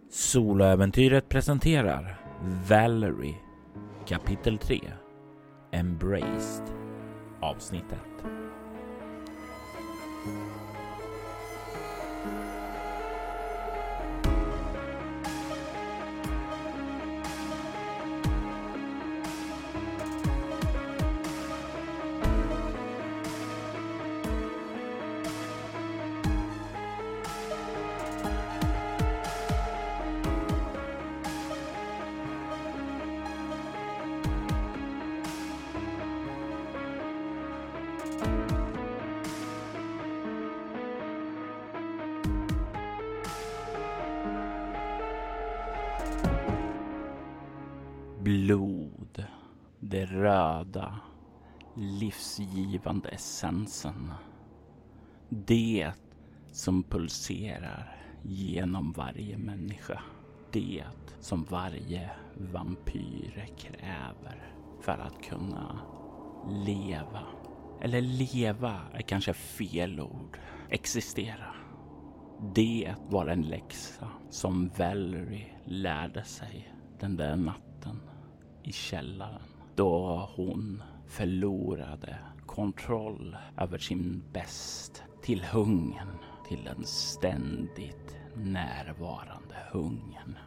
Soloäventyret presenterar Valerie, kapitel 3, Embraced, avsnitt 1. Blod, det röda, livsgivande essensen. Det som pulserar genom varje människa. Det som varje vampyr kräver för att kunna leva. Eller leva är kanske fel ord. Existera. Det var en läxa som Valerie lärde sig den där natten i källaren, då hon förlorade kontroll över sin bäst till hungern, till den ständigt närvarande hungern.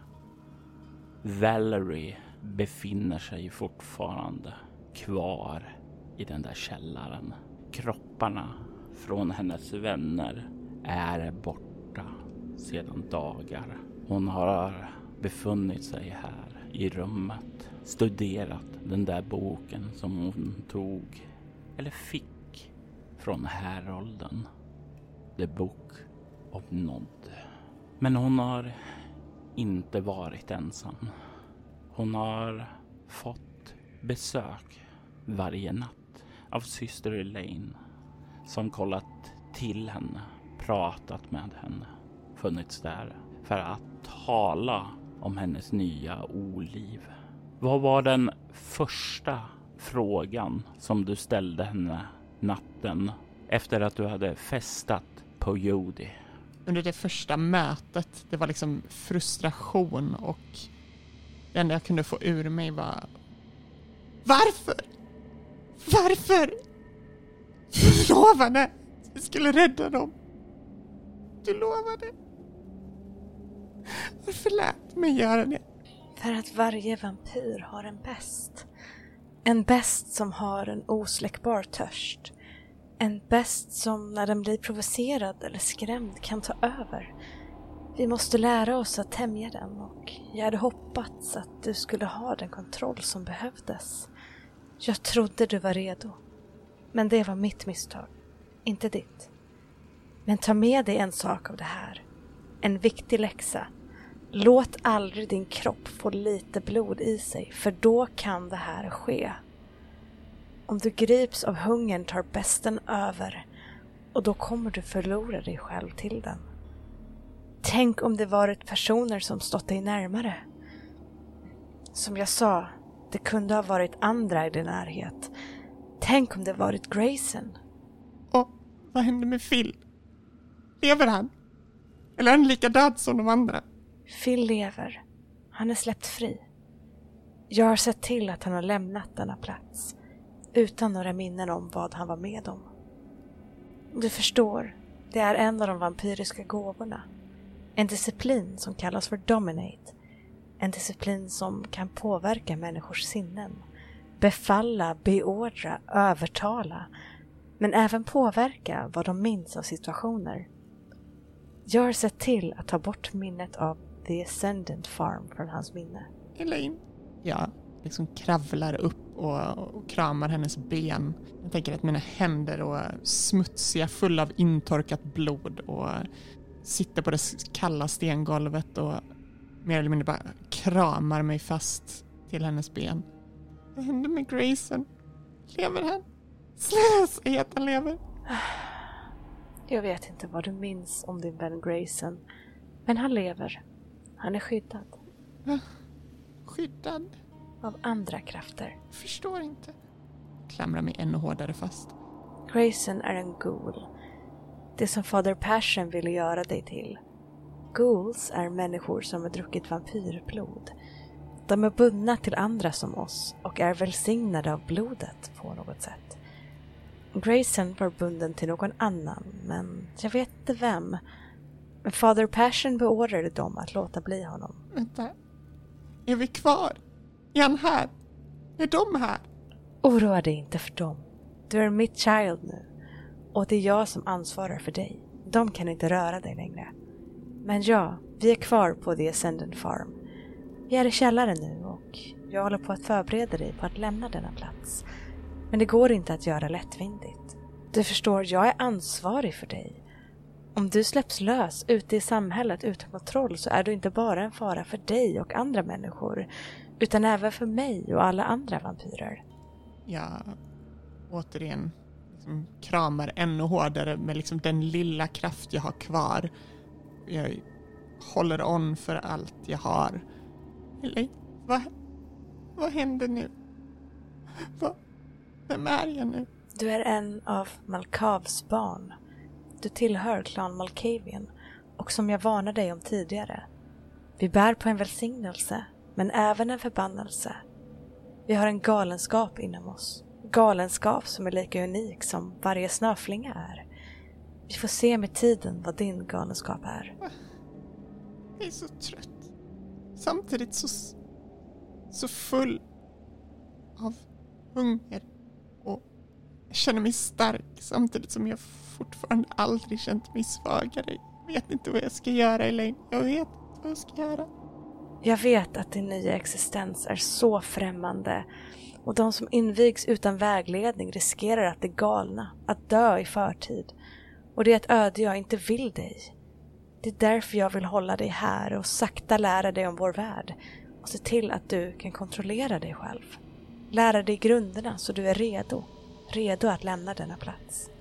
Valerie befinner sig fortfarande kvar i den där källaren. Kropparna från hennes vänner är borta sedan dagar. Hon har befunnit sig här i rummet, studerat den där boken som hon tog eller fick från Härolden, The Book of Nod. Men hon har inte varit ensam. Hon har fått besök varje natt av syster Elaine som kollat till henne, pratat med henne, funnits där för att tala om hennes nya oliv. Vad var den första frågan som du ställde henne natten efter att du hade festat på Jodi? Under det första mötet, det var liksom frustration, och det enda jag kunde få ur mig var: Varför? Varför? Du lovade att du skulle rädda dem. Du lovade. Varför lät mig göra det? För att varje vampyr har en bäst. En bäst som har en osläckbar törst. En bäst som när den blir provocerad eller skrämd kan ta över. Vi måste lära oss att tämja den, och jag hade hoppats att du skulle ha den kontroll som behövdes. Jag trodde du var redo. Men det var mitt misstag, inte ditt. Men ta med dig en sak av det här. En viktig läxa. Låt aldrig din kropp få lite blod i sig, för då kan det här ske. Om du grips av hungern tar besten över, och då kommer du förlora dig själv till den. Tänk om det varit personer som stått dig närmare. Som jag sa, det kunde ha varit andra i din närhet. Tänk om det varit Grayson. Och vad hände med Phil? Lever han? Eller är han lika död som de andra? Phil lever. Han är släppt fri. Jag har sett till att han har lämnat denna plats utan några minnen om vad han var med om. Du förstår, det är en av de vampyriska gåvorna. En disciplin som kallas för Dominate. En disciplin som kan påverka människors sinnen. Befalla, beordra, övertala. Men även påverka vad de minns av situationer. Jag har sett till att ta bort minnet av The Ascendant Farm från hans minne. Elaine. Jag liksom kravlar upp och kramar hennes ben. Jag tänker att mina händer är smutsiga, fulla av intorkat blod, och sitter på det kalla stengolvet och mer eller mindre bara kramar mig fast till hennes ben. Vad hände med Grayson? Lever han? Säg att han lever. Jag vet inte vad du minns om din vän Grayson, men han lever. Han är skyddad. Skyddad? Av andra krafter. Förstår inte. Klamrar mig ännu hårdare fast. Grayson är en ghoul. Det som Father Passion ville göra dig till. Ghouls är människor som har druckit vampyrblod. De är bundna till andra som oss och är välsignade av blodet på något sätt. Grayson var bunden till någon annan, men jag vet inte vem. Men Father Passion beordrade dem att låta bli honom. Vänta. Är vi kvar? Är han här? Är de här? Oroa dig inte för dem. Du är mitt child nu. Och det är jag som ansvarar för dig. De kan inte röra dig längre. Men ja, vi är kvar på The Ascendant Farm. Vi är i källaren nu och jag håller på att förbereda dig på att lämna denna plats. Men det går inte att göra lättvindigt. Du förstår, jag är ansvarig för dig. Om du släpps lös ute i samhället utan kontroll så är du inte bara en fara för dig och andra människor, utan även för mig och alla andra vampyrer. Jag återigen liksom kramar ännu hårdare med liksom den lilla kraft jag har kvar. Jag håller on för allt jag har. Eller, vad händer nu? Vem är jag nu? Du är en av Malkavs barn. Du tillhör klan Malkavian och som jag varnade dig om tidigare. Vi bär på en välsignelse, men även en förbannelse. Vi har en galenskap inom oss. Galenskap som är lika unik som varje snöflinga är. Vi får se med tiden vad din galenskap är. Jag är så trött. Samtidigt så full av hunger. Och jag känner mig stark samtidigt som jag fortfarande aldrig känt mig svagare. Jag vet inte vad jag ska göra, Elaine. Jag vet inte vad jag ska göra. Jag vet att din nya existens är så främmande. Och de som invigs utan vägledning riskerar att bli galna, att dö i förtid. Och det är ett öde jag inte vill dig. Det är därför jag vill hålla dig här och sakta lära dig om vår värld. Och se till att du kan kontrollera dig själv. Lära dig grunderna så du är redo. Redo att lämna denna plats.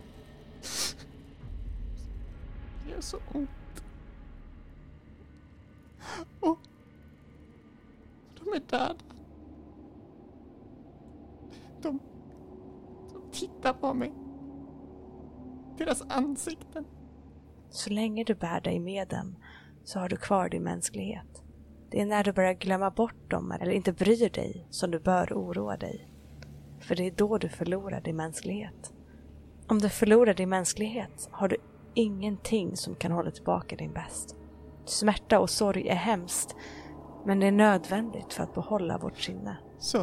Det gör så ont. Och de är döda. De tittar på mig. Deras ansikten. Så länge du bär dig med dem så har du kvar din mänsklighet. Det är när du börjar glömma bort dem eller inte bryr dig som du bör oroa dig. För det är då du förlorar din mänsklighet. Om du förlorar din mänsklighet har du ingenting som kan hålla tillbaka din bäst. Smärta och sorg är hemskt, men det är nödvändigt för att behålla vårt sinne. Så.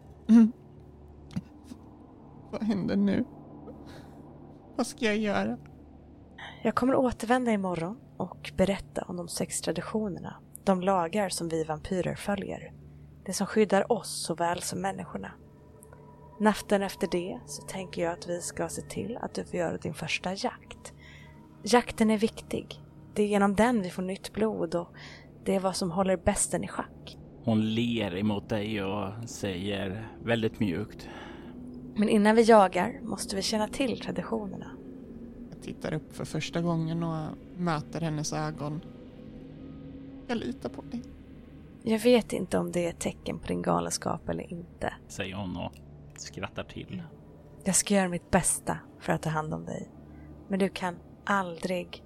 Vad händer nu? Vad ska jag göra? Jag kommer återvända imorgon och berätta om de 6 traditionerna. De lagar som vi vampyrer följer. Det som skyddar oss såväl som människorna. Natten efter det så tänker jag att vi ska se till att du får göra din första jakt. Jakten är viktig. Det är genom den vi får nytt blod och det är vad som håller besten i schack. Hon ler emot dig och säger väldigt mjukt: Men innan vi jagar måste vi känna till traditionerna. Jag tittar upp för första gången och möter hennes ögon. Jag litar på dig. Jag vet inte om det är ett tecken på din galenskap eller inte, säger hon och skrattar till. Jag ska göra mitt bästa för att ta hand om dig. Men du kan aldrig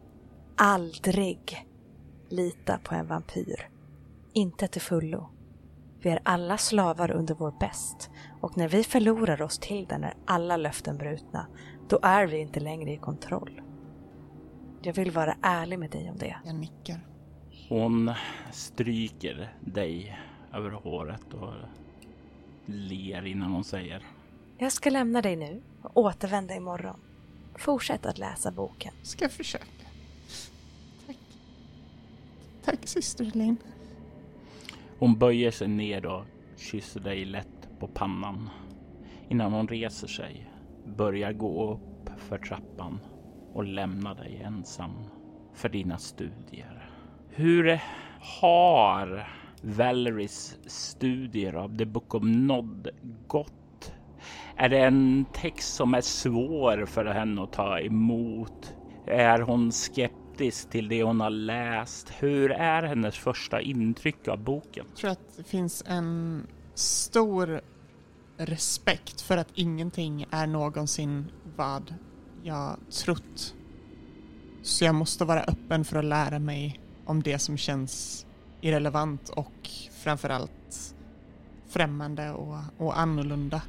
lita på en vampyr. Inte till fullo. Vi är alla slavar under vår bäst. Och när vi förlorar oss till den är alla löften brutna. Då är vi inte längre i kontroll. Jag vill vara ärlig med dig om det. Jag nickar. Hon stryker dig över håret och ler innan hon säger: Jag ska lämna dig nu och återvända imorgon. Fortsätt att läsa boken. Ska jag försöka. Tack. Tack, syster Elaine. Hon böjer sig ner och kysser dig lätt på pannan innan hon reser sig, börjar gå upp för trappan och lämnar dig ensam för dina studier. Hur har Valorys studier av The Book of Nod gått? Är det en text som är svår för henne att ta emot? Är hon skeptisk till det hon har läst? Hur är hennes första intryck av boken? Jag tror att det finns en stor respekt för att ingenting är någonsin vad jag trott Så jag måste vara öppen för att lära mig om det som känns irrelevant och framförallt främmande och annorlunda.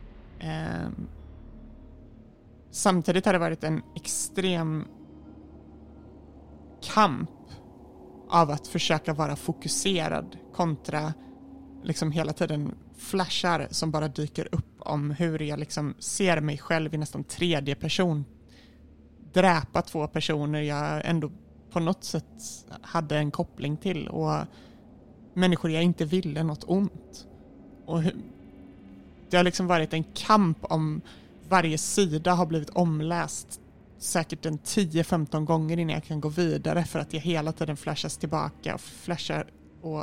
Samtidigt har det varit en extrem kamp av att försöka vara fokuserad kontra liksom hela tiden flashar som bara dyker upp om hur jag liksom ser mig själv i nästan tredje person dräpa 2 personer jag ändå på något sätt hade en koppling till och människor jag inte ville något ont. Och det har liksom varit en kamp om varje sida har blivit omläst säkert en 10-15 gånger innan jag kan gå vidare för att jag hela tiden flashas tillbaka och flashar och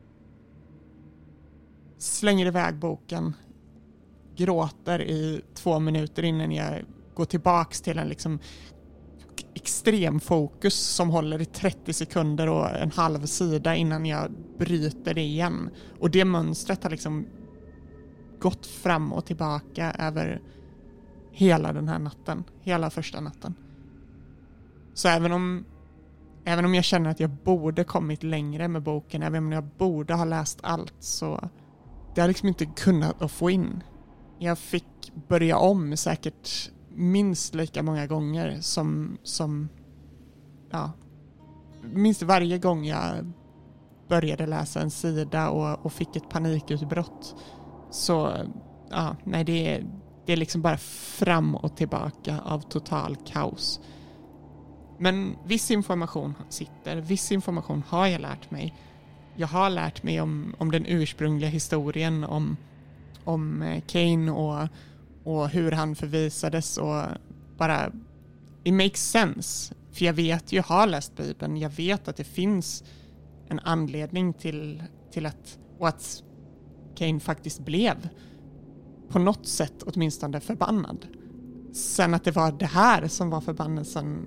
slänger iväg boken, gråter i 2 minuter innan jag går tillbaks till en liksom extrem fokus som håller i 30 sekunder och en halv sida innan jag bryter det igen. Och det mönstret har liksom gått fram och tillbaka över hela den här natten, hela första natten. Så även om jag känner att jag borde kommit längre med boken, även om jag borde ha läst allt, så det har liksom inte kunnat att få in. Jag fick börja om säkert minst lika många gånger som minst varje gång jag började läsa en sida och fick ett panikutbrott. Så nej, det är liksom bara fram och tillbaka av total kaos. Men viss information sitter, viss information har jag lärt mig. Jag har lärt mig om den ursprungliga historien, om Cain och hur han förvisades och bara it makes sense. För jag har läst Bibeln, jag vet att det finns en anledning till att Cain faktiskt blev på något sätt åtminstone förbannad. Sen att det var det här som var förbannelsen,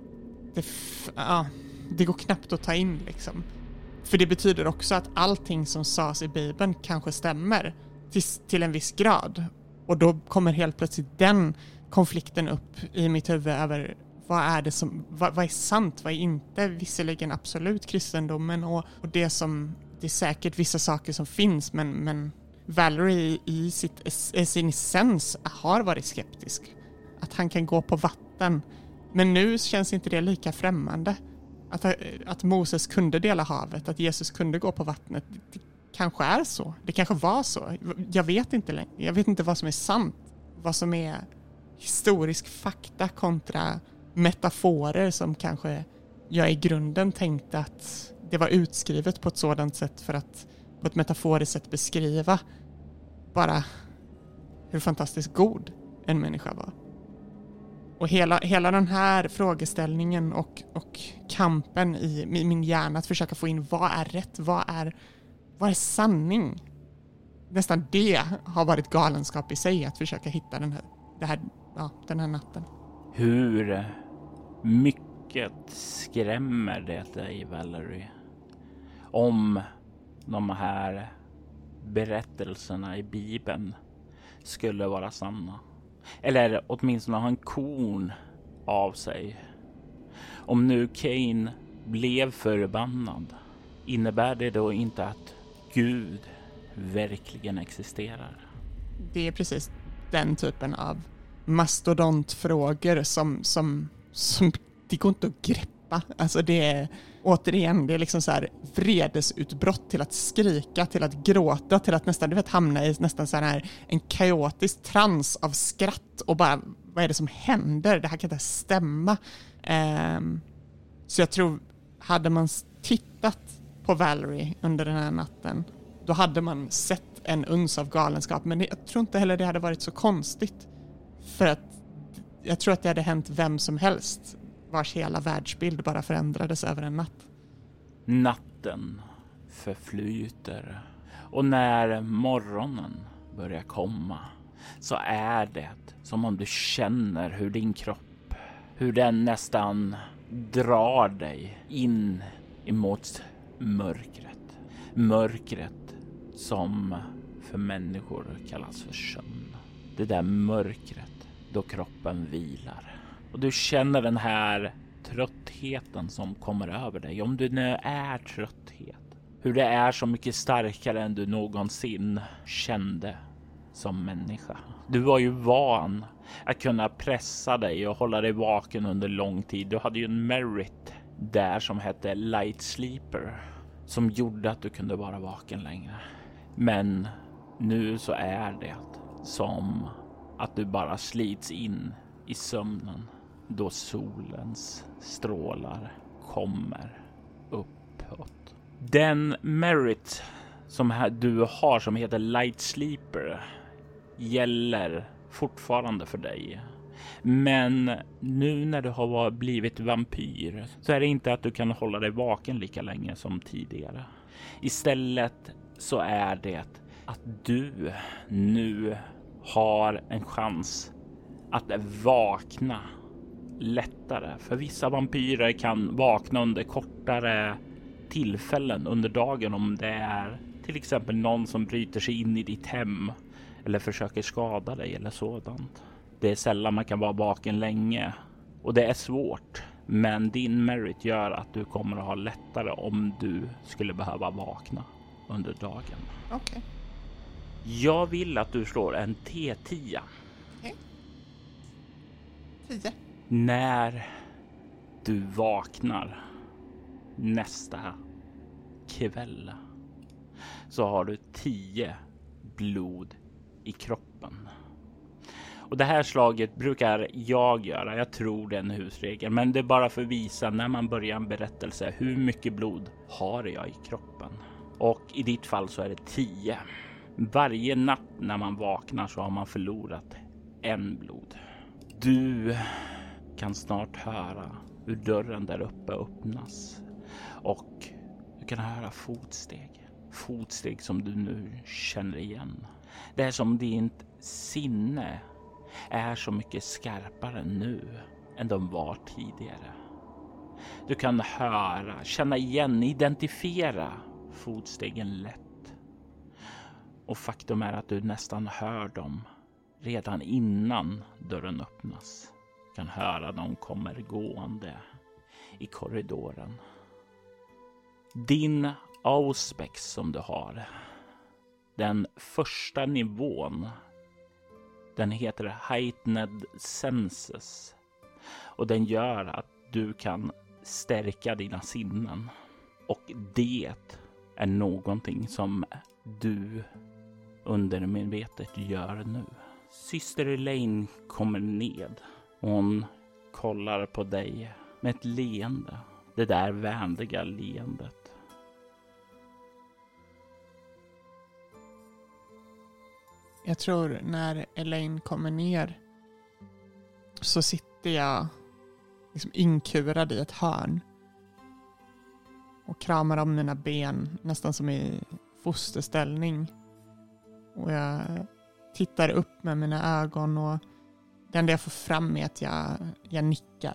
det går knappt att ta in liksom. För det betyder också att allting som sades i Bibeln kanske stämmer till en viss grad. Och då kommer helt plötsligt den konflikten upp i mitt huvud över vad är sant, vad är inte. Visserligen absolut kristendomen och det är säkert vissa saker som finns, men Valerie i sin essens har varit skeptisk. Att han kan gå på vatten. Men nu känns inte det lika främmande. Att Moses kunde dela havet, att Jesus kunde gå på vattnet. Det kanske är så. Det kanske var så. Jag vet inte längre. Jag vet inte vad som är sant. Vad som är historisk fakta kontra metaforer som kanske jag i grunden tänkte att det var utskrivet på ett sådant sätt för att på ett metaforiskt sätt beskriva bara hur fantastiskt god en människa var. Och hela den här frågeställningen och kampen i min hjärna att försöka få in vad är rätt, vad är sanning. Nästan det har varit galenskap i sig att försöka hitta den här natten. Hur mycket skrämmer det dig, Valerie, om de här berättelserna i Bibeln skulle vara sanna? Eller åtminstone ha en korn av sig. Om nu Cain blev förbannad, innebär det då inte att Gud verkligen existerar? Det är precis den typen av mastodontfrågor som det går inte att greppa. Alltså det är återigen, det är liksom så här vredesutbrott till att skrika, till att gråta, till att nästan hamna i nästan så här en kaotisk trans av skratt och bara, vad är det som händer? Det här kan inte stämma. Så jag tror, hade man tittat på Valerie under den här natten, då hade man sett en uns av galenskap. Men jag tror inte heller det hade varit så konstigt. För att jag tror att det hade hänt vem som helst vars hela världsbild bara förändrades över en natt. Natten förflyter och när morgonen börjar komma så är det som om du känner hur din kropp, hur den nästan drar dig in emot mörkret. Mörkret som för människor kallas för sömn. Det där mörkret då kroppen vilar. Och du känner den här tröttheten som kommer över dig. Om du nu är trötthet. Hur det är så mycket starkare än du någonsin kände som människa. Du var ju van att kunna pressa dig och hålla dig vaken under lång tid. Du hade ju en merit där som hette Light Sleeper som gjorde att du kunde vara vaken längre. Men nu så är det som att du bara slits in i sömnen då solens strålar kommer uppåt. Den merit som du har som heter Light Sleeper gäller fortfarande för dig. Men nu när du har blivit vampyr så är det inte att du kan hålla dig vaken lika länge som tidigare. Istället så är det att du nu har en chans att vakna lättare. För vissa vampyrer kan vakna under kortare tillfällen under dagen om det är till exempel någon som bryter sig in i ditt hem eller försöker skada dig eller sådant. Det är sällan man kan vara vaken länge och det är svårt. Men din merit gör att du kommer att ha lättare om du skulle behöva vakna under dagen. Okej. Jag vill att du slår en T10. Okej. 10. När du vaknar nästa kväll så har du 10 blod i kroppen. Och det här slaget brukar jag göra. Jag tror det är en husregel. Men det är bara för att visa när man börjar en berättelse. Hur mycket blod har jag i kroppen? Och i ditt fall så är det 10. Varje natt när man vaknar så har man förlorat 1 blod. Du kan snart höra hur dörren där uppe öppnas. Och du kan höra fotsteg. Fotsteg som du nu känner igen. Det är som ditt sinne är så mycket skarpare nu än de var tidigare. Du kan höra, känna igen, identifiera fotstegen lätt. Och faktum är att du nästan hör dem redan innan dörren öppnas. Du kan höra dem kommer gående i korridoren. Din auspex som du har, den första nivån, den heter Heightened Senses och den gör att du kan stärka dina sinnen. Och det är någonting som du undermedvetet gör nu. Syster Elaine kommer ned och hon kollar på dig med ett leende. Det där vänliga leendet. Jag tror när Elaine kommer ner så sitter jag liksom inkurad i ett hörn och kramar om mina ben nästan som i fosterställning. Och jag tittar upp med mina ögon och det enda jag får fram är att jag nickar.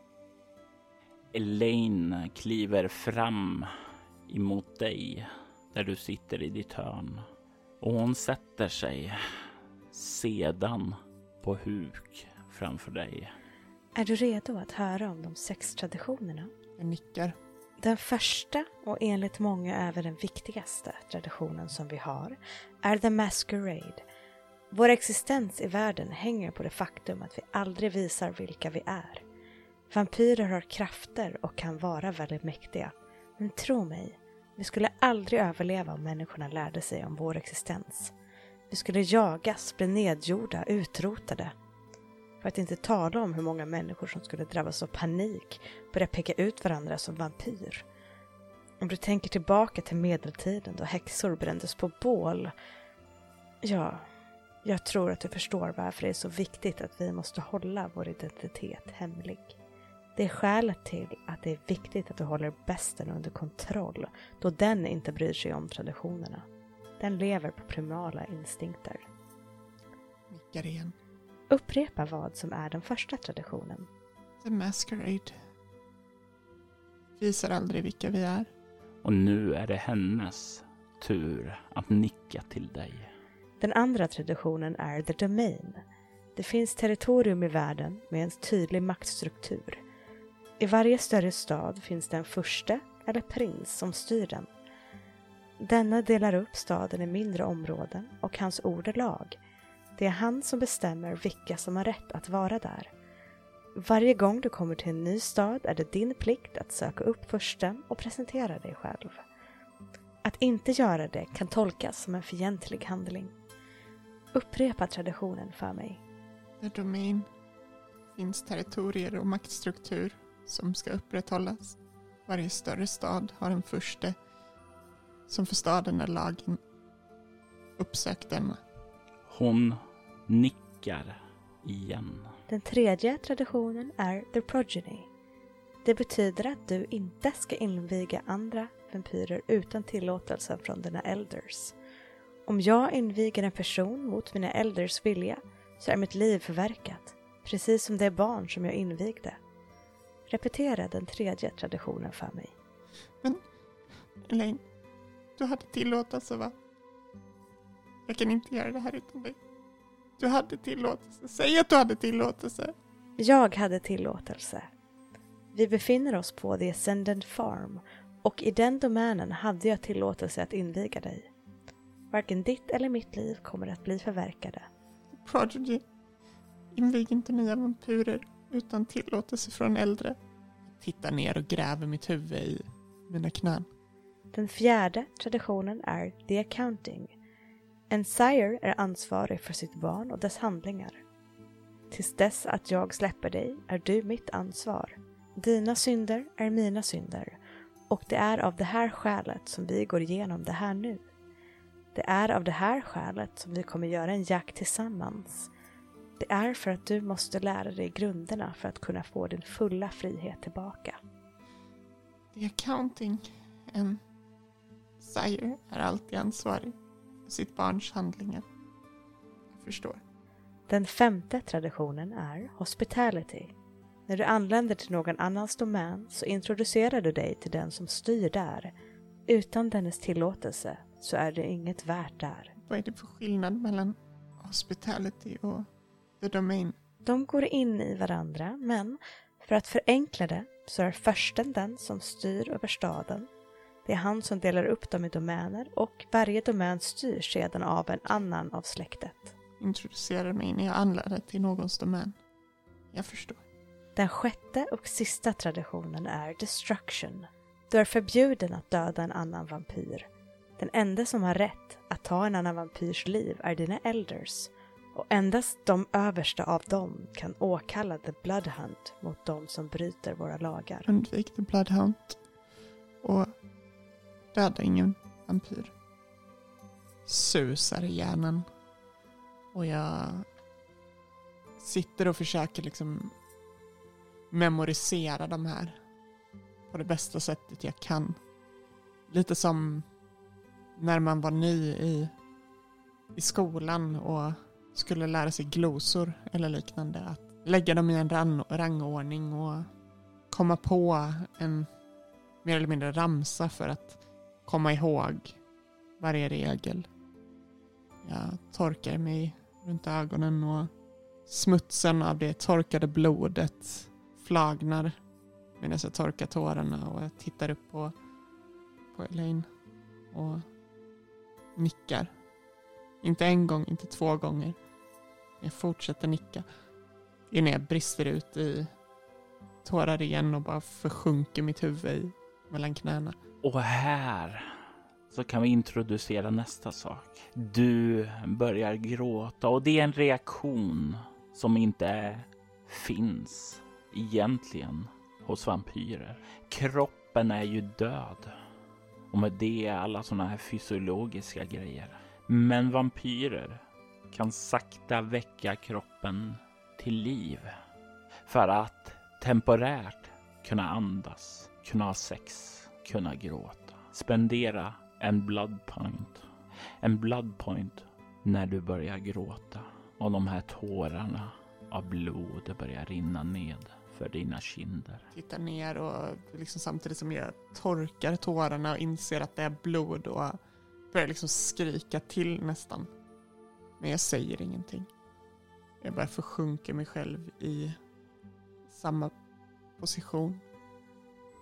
Elaine kliver fram emot dig där du sitter i ditt hörn. Och hon sätter sig sedan på huk framför dig. Är du redo att höra om de 6 traditionerna? Jag nickar. Den första och enligt många även den viktigaste traditionen som vi har är The Masquerade. Vår existens i världen hänger på det faktum att vi aldrig visar vilka vi är. Vampyrer har krafter och kan vara väldigt mäktiga. Men tro mig, vi skulle aldrig överleva om människorna lärde sig om vår existens. Vi skulle jagas, bli nedgjorda, utrotade. För att inte tala om hur många människor som skulle drabbas av panik, börja peka ut varandra som vampyr. Om du tänker tillbaka till medeltiden då häxor brändes på bål. Ja, jag tror att du förstår varför det är så viktigt att vi måste hålla vår identitet hemlig. Det är skälet till att det är viktigt att du håller besten under kontroll, då den inte bryr sig om traditionerna. Den lever på primala instinkter. Nickar igen. Upprepa vad som är den första traditionen. The Masquerade. Visar aldrig vilka vi är. Och nu är det hennes tur att nicka till dig. Den andra traditionen är The Domain. Det finns territorium i världen med en tydlig maktstruktur. I varje större stad finns det en furste eller prins som styr den. Denna delar upp staden i mindre områden och hans ord är lag. Det är han som bestämmer vilka som har rätt att vara där. Varje gång du kommer till en ny stad är det din plikt att söka upp fursten och presentera dig själv. Att inte göra det kan tolkas som en fientlig handling. Upprepa traditionen för mig. The Domain finns territorier och maktstruktur som ska upprätthållas. Varje större stad har en furste som för staden är lagen. Uppsök denna. Hon nickar igen. Den tredje traditionen är The Progeny. Det betyder att du inte ska inviga andra vampyrer utan tillåtelse från dina elders. Om jag inviger en person mot mina elders vilja så är mitt liv förverkat, precis som det barn som jag invigde. Repetera den tredje traditionen för mig. Men, Elaine, du hade tillåtelse, va? Jag kan inte göra det här utan dig. Du hade tillåtelse. Säg att du hade tillåtelse. Jag hade tillåtelse. Vi befinner oss på The Ascendant Farm och i den domänen hade jag tillåtelse att inviga dig. Varken ditt eller mitt liv kommer att bli förverkade. Prodigy, invig inte nya vampyrer utan tillåtelse från äldre. Jag tittar ner och gräver mitt huvud i mina knän. Den fjärde traditionen är The Accounting. En sire är ansvarig för sitt barn och dess handlingar. Tills dess att jag släpper dig är du mitt ansvar. Dina synder är mina synder. Och det är av det här skälet som vi går igenom det här nu. Det är av det här skälet som vi kommer göra en jakt tillsammans. Det är för att du måste lära dig grunderna för att kunna få din fulla frihet tillbaka. The Accounting. En sire är alltid ansvarig för sitt barns handlingar. Jag förstår. Den femte traditionen är Hospitality. När du anländer till någon annans domän så introducerar du dig till den som styr där. Utan dennes tillåtelse så är det inget värt där. Vad är det för skillnad mellan Hospitality och The Domain? De går in i varandra, men för att förenkla det så är försten den som styr över staden. Det är han som delar upp dem i domäner och varje domän styrs sedan av en annan av släktet. Introducerar mig när jag anländer till någons domän. Jag förstår. Den sjätte och sista traditionen är Destruction. Du är förbjuden att döda en annan vampyr. Den enda som har rätt att ta en annan vampyrs liv är dina elders. Och endast de översta av dem kan åkalla The Bloodhunt mot de som bryter våra lagar. Undvik The Bloodhunt och döda ingen vampyr. Susar i hjärnan. Och jag sitter och försöker liksom memorisera de här på det bästa sättet jag kan. Lite som när man var ny i skolan och skulle lära sig glosor eller liknande. Att lägga dem i en rangordning och komma på en mer eller mindre ramsa för att komma ihåg varje regel. Jag torkar mig runt ögonen och smutsen av det torkade blodet flagnar medan jag torkar tårarna och jag tittar upp på Elaine och nickar. Inte en gång, inte 2 gånger. Jag fortsätter nicka innan jag brister ut i tårar igen och bara försjunker mitt huvud mellan knäna. Och här så kan vi introducera nästa sak. Du börjar gråta och det är en reaktion som inte finns egentligen hos vampyrer. Kroppen är ju död. Och med det är alla såna här fysiologiska grejer. Men vampyrer kan sakta väcka kroppen till liv. För att temporärt kunna andas, kunna ha sex, kunna gråta. Spendera en blood point. En blood point när du börjar gråta. Och de här tårarna av blod börjar rinna ned för dina kinder. Tittar ner och liksom samtidigt som jag torkar tårarna och inser att det är blod och börjar liksom skrika till nästan. Men jag säger ingenting. Jag bara försjunker mig själv i samma position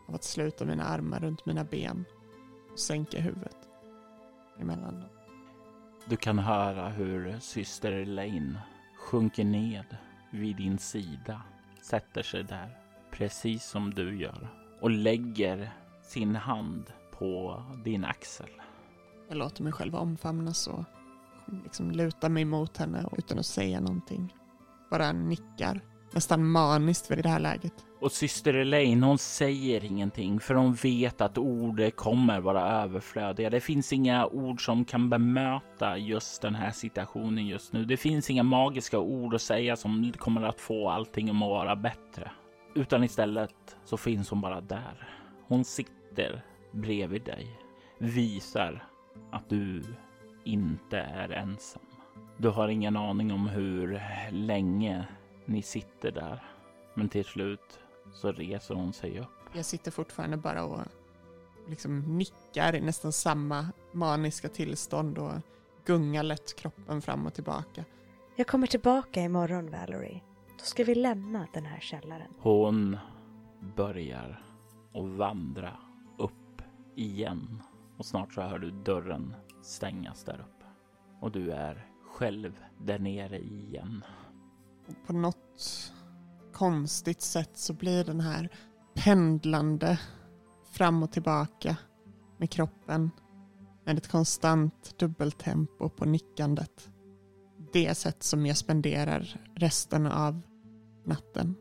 av att sluta mina armar runt mina ben och sänka huvudet emellan dem. Du kan höra hur syster Elaine sjunker ned vid din sida, sätter sig där precis som du gör och lägger sin hand på din axel. Jag låter mig själv omfamnas och liksom lutar mig mot henne utan att säga någonting. Bara nickar, nästan maniskt vid det här läget. Och syster Elaine, hon säger ingenting för hon vet att ord kommer vara överflödiga. Det finns inga ord som kan bemöta just den här situationen just nu. Det finns inga magiska ord att säga som kommer att få allting att vara bättre. Utan istället så finns hon bara där. Hon sitter bredvid dig. Visar att du inte är ensam. Du har ingen aning om hur länge ni sitter där. Men till slut så reser hon sig upp. Jag sitter fortfarande bara och liksom nickar i nästan samma maniska tillstånd och gungar lätt kroppen fram och tillbaka. Jag kommer tillbaka imorgon, Valerie. Då ska vi lämna den här källaren. Hon börjar att vandra upp igen. Och snart så hör du dörren stängas där uppe. Och du är själv där nere igen. På något konstigt sätt så blir den här pendlande fram och tillbaka med kroppen med ett konstant dubbeltempo på nickandet. Det sätt som jag spenderar resten av natten.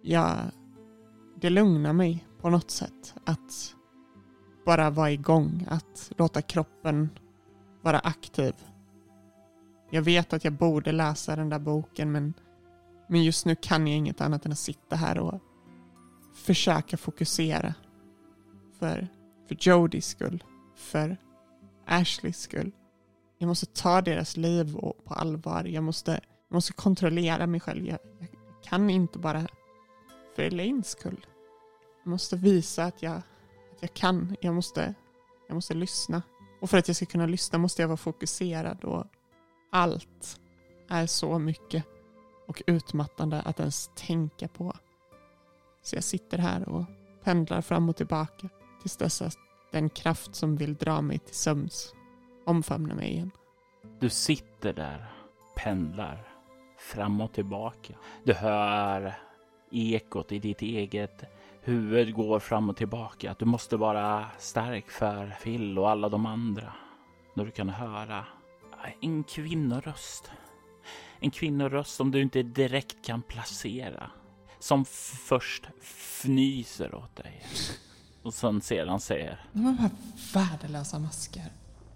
Det lugnar mig på något sätt att bara vara igång, att låta kroppen vara aktiv. Jag vet att jag borde läsa den där boken, men just nu kan jag inget annat än att sitta här och försöka fokusera. För Jodys skull, för Ashleys skull. Jag måste ta deras liv på allvar. Jag måste kontrollera mig själv. Jag kan inte bara för Elaines skull. Jag måste visa att jag kan. Jag måste lyssna. Och för att jag ska kunna lyssna måste jag vara fokuserad. Och allt är så mycket och utmattande att ens tänka på. Så jag sitter här och pendlar fram och tillbaka tills dess att den kraft som vill dra mig till sömns omfamnar mig igen. Du sitter där, pendlar fram och tillbaka. Du hör ekot i ditt eget huvud går fram och tillbaka. Att du måste vara stark för Phil och alla de andra. När du kan höra en kvinnoröst. En kvinnoröst som du inte direkt kan placera. Som först fnyser åt dig. Och sedan säger: De var bara värdelösa maskar.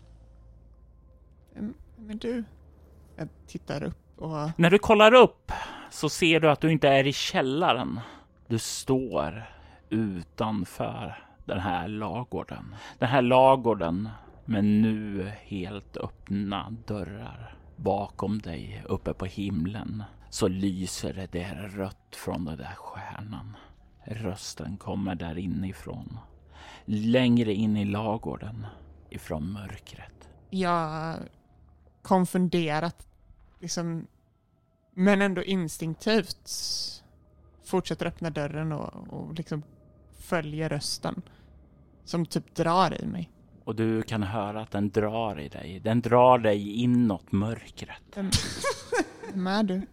Men du... Jag tittar upp och... När du kollar upp så ser du att du inte är i källaren. Du står utanför den här lagården. Den här lagården med nu helt öppna dörrar. Bakom dig uppe på himlen så lyser det rött från den där stjärnan. Rösten kommer där inifrån. Längre in i lagården ifrån mörkret. Jag konfunderat liksom, men ändå instinktivt fortsätter öppna dörren och liksom följer rösten som typ drar i mig. Och du kan höra att den drar i dig. Den drar dig inåt mörkret. Vem är du?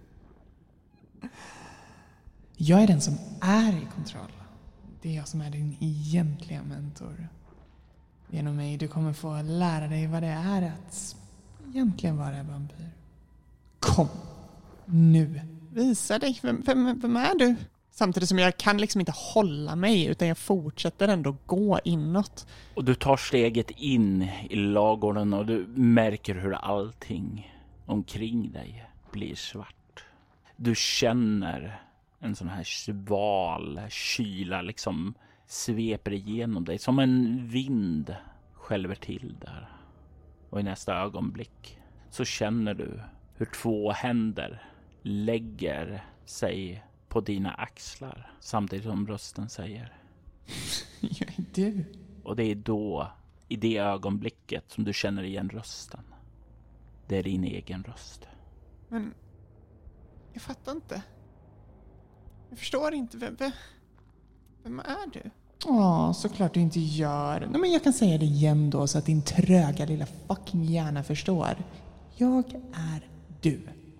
Jag är den som är i kontroll. Det är jag som är din egentliga mentor. Genom mig du kommer få lära dig vad det är att egentligen vara en vampyr. Kom, nu. Visa dig, vem är du? Samtidigt som jag kan liksom inte hålla mig utan jag fortsätter ändå gå inåt. Och du tar steget in i lagården och du märker hur allting omkring dig blir svart. Du känner en sån här sval kyla liksom sveper igenom dig som en vind skälver till där. Och i nästa ögonblick så känner du hur 2 händer lägger sig på dina axlar samtidigt som rösten säger: Jag är du. Och det är då, i det ögonblicket, som du känner igen rösten. Det är din egen röst. Men jag fattar inte. Jag förstår inte. Vem är du? Såklart du inte gör. Nej, men jag kan säga det igen då så att din tröga lilla fucking hjärna förstår. Jag är du.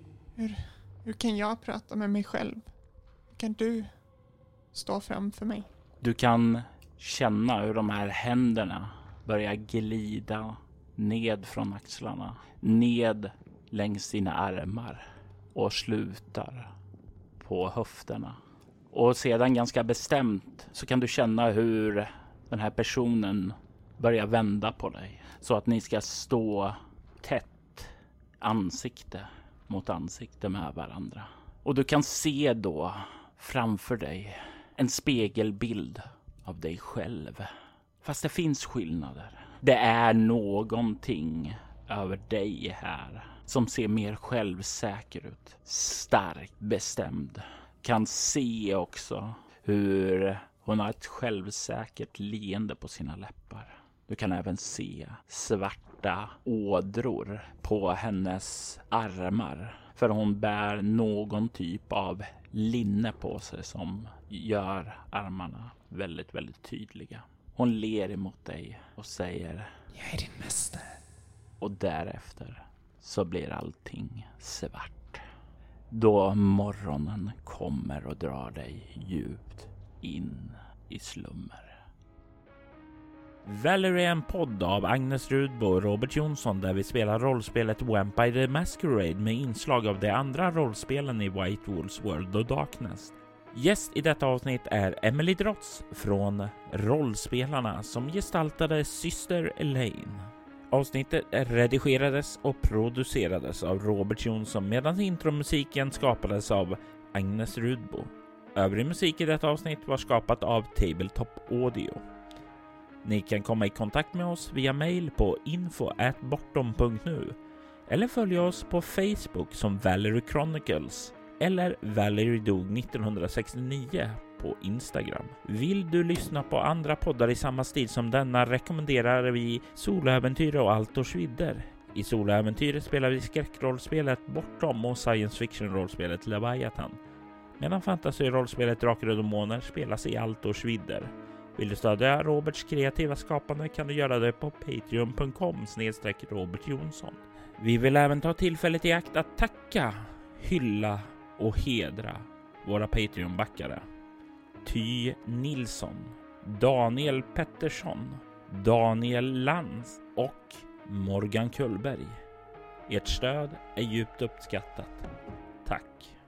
Hur kan jag prata med mig själv? Hur kan du stå framför mig? Du kan känna hur de här händerna börjar glida ned från axlarna, ned längs dina armar och slutar på höfterna. Och sedan ganska bestämt så kan du känna hur den här personen börjar vända på dig så att ni ska stå tätt ansikte mot ansikte med varandra. Och du kan se då framför dig en spegelbild av dig själv. Fast det finns skillnader. Det är någonting över dig här som ser mer självsäker ut. Starkt bestämd. Kan se också hur hon har ett självsäkert leende på sina läppar. Du kan även se svarta ådror på hennes armar. För hon bär någon typ av linne på sig som gör armarna väldigt, väldigt tydliga. Hon ler emot dig och säger: Jag är din mästare. Och därefter så blir allting svart. Då morgonen kommer och drar dig djupt in i slummer. Valerie är en podd av Agnes Rudbo och Robert Jonsson där vi spelar rollspelet Vampire the Masquerade med inslag av de andra rollspelen i White Wolf's World of Darkness. Gäst i detta avsnitt är Emily Drotz från Rollspelarna som gestaltade syster Elaine. Avsnittet redigerades och producerades av Robert Jonsson medan intromusiken skapades av Agnes Rudbo. Övrig musik i detta avsnitt var skapat av Tabletop Audio. Ni kan komma i kontakt med oss via mail på info@bortom.nu eller följa oss på Facebook som Valerie Chronicles eller Valerie dog 1969 på Instagram. Vill du lyssna på andra poddar i samma stil som denna rekommenderar vi Soloäventyr och Altors vidder. I Soloäventyr spelar vi skräckrollspelet Bortom och science fiction-rollspelet Leviathan. Medan fantasy-rollspelet Drakar och Demoner spelas i Altors vidder. Vill du stödja Roberts kreativa skapande kan du göra det på patreon.com/Robert Jonsson. Vi vill även ta tillfället i akt att tacka, hylla och hedra våra Patreon-backare. Ty Nilsson, Daniel Pettersson, Daniel Lantz och Morgan Kullberg. Ert stöd är djupt uppskattat. Tack!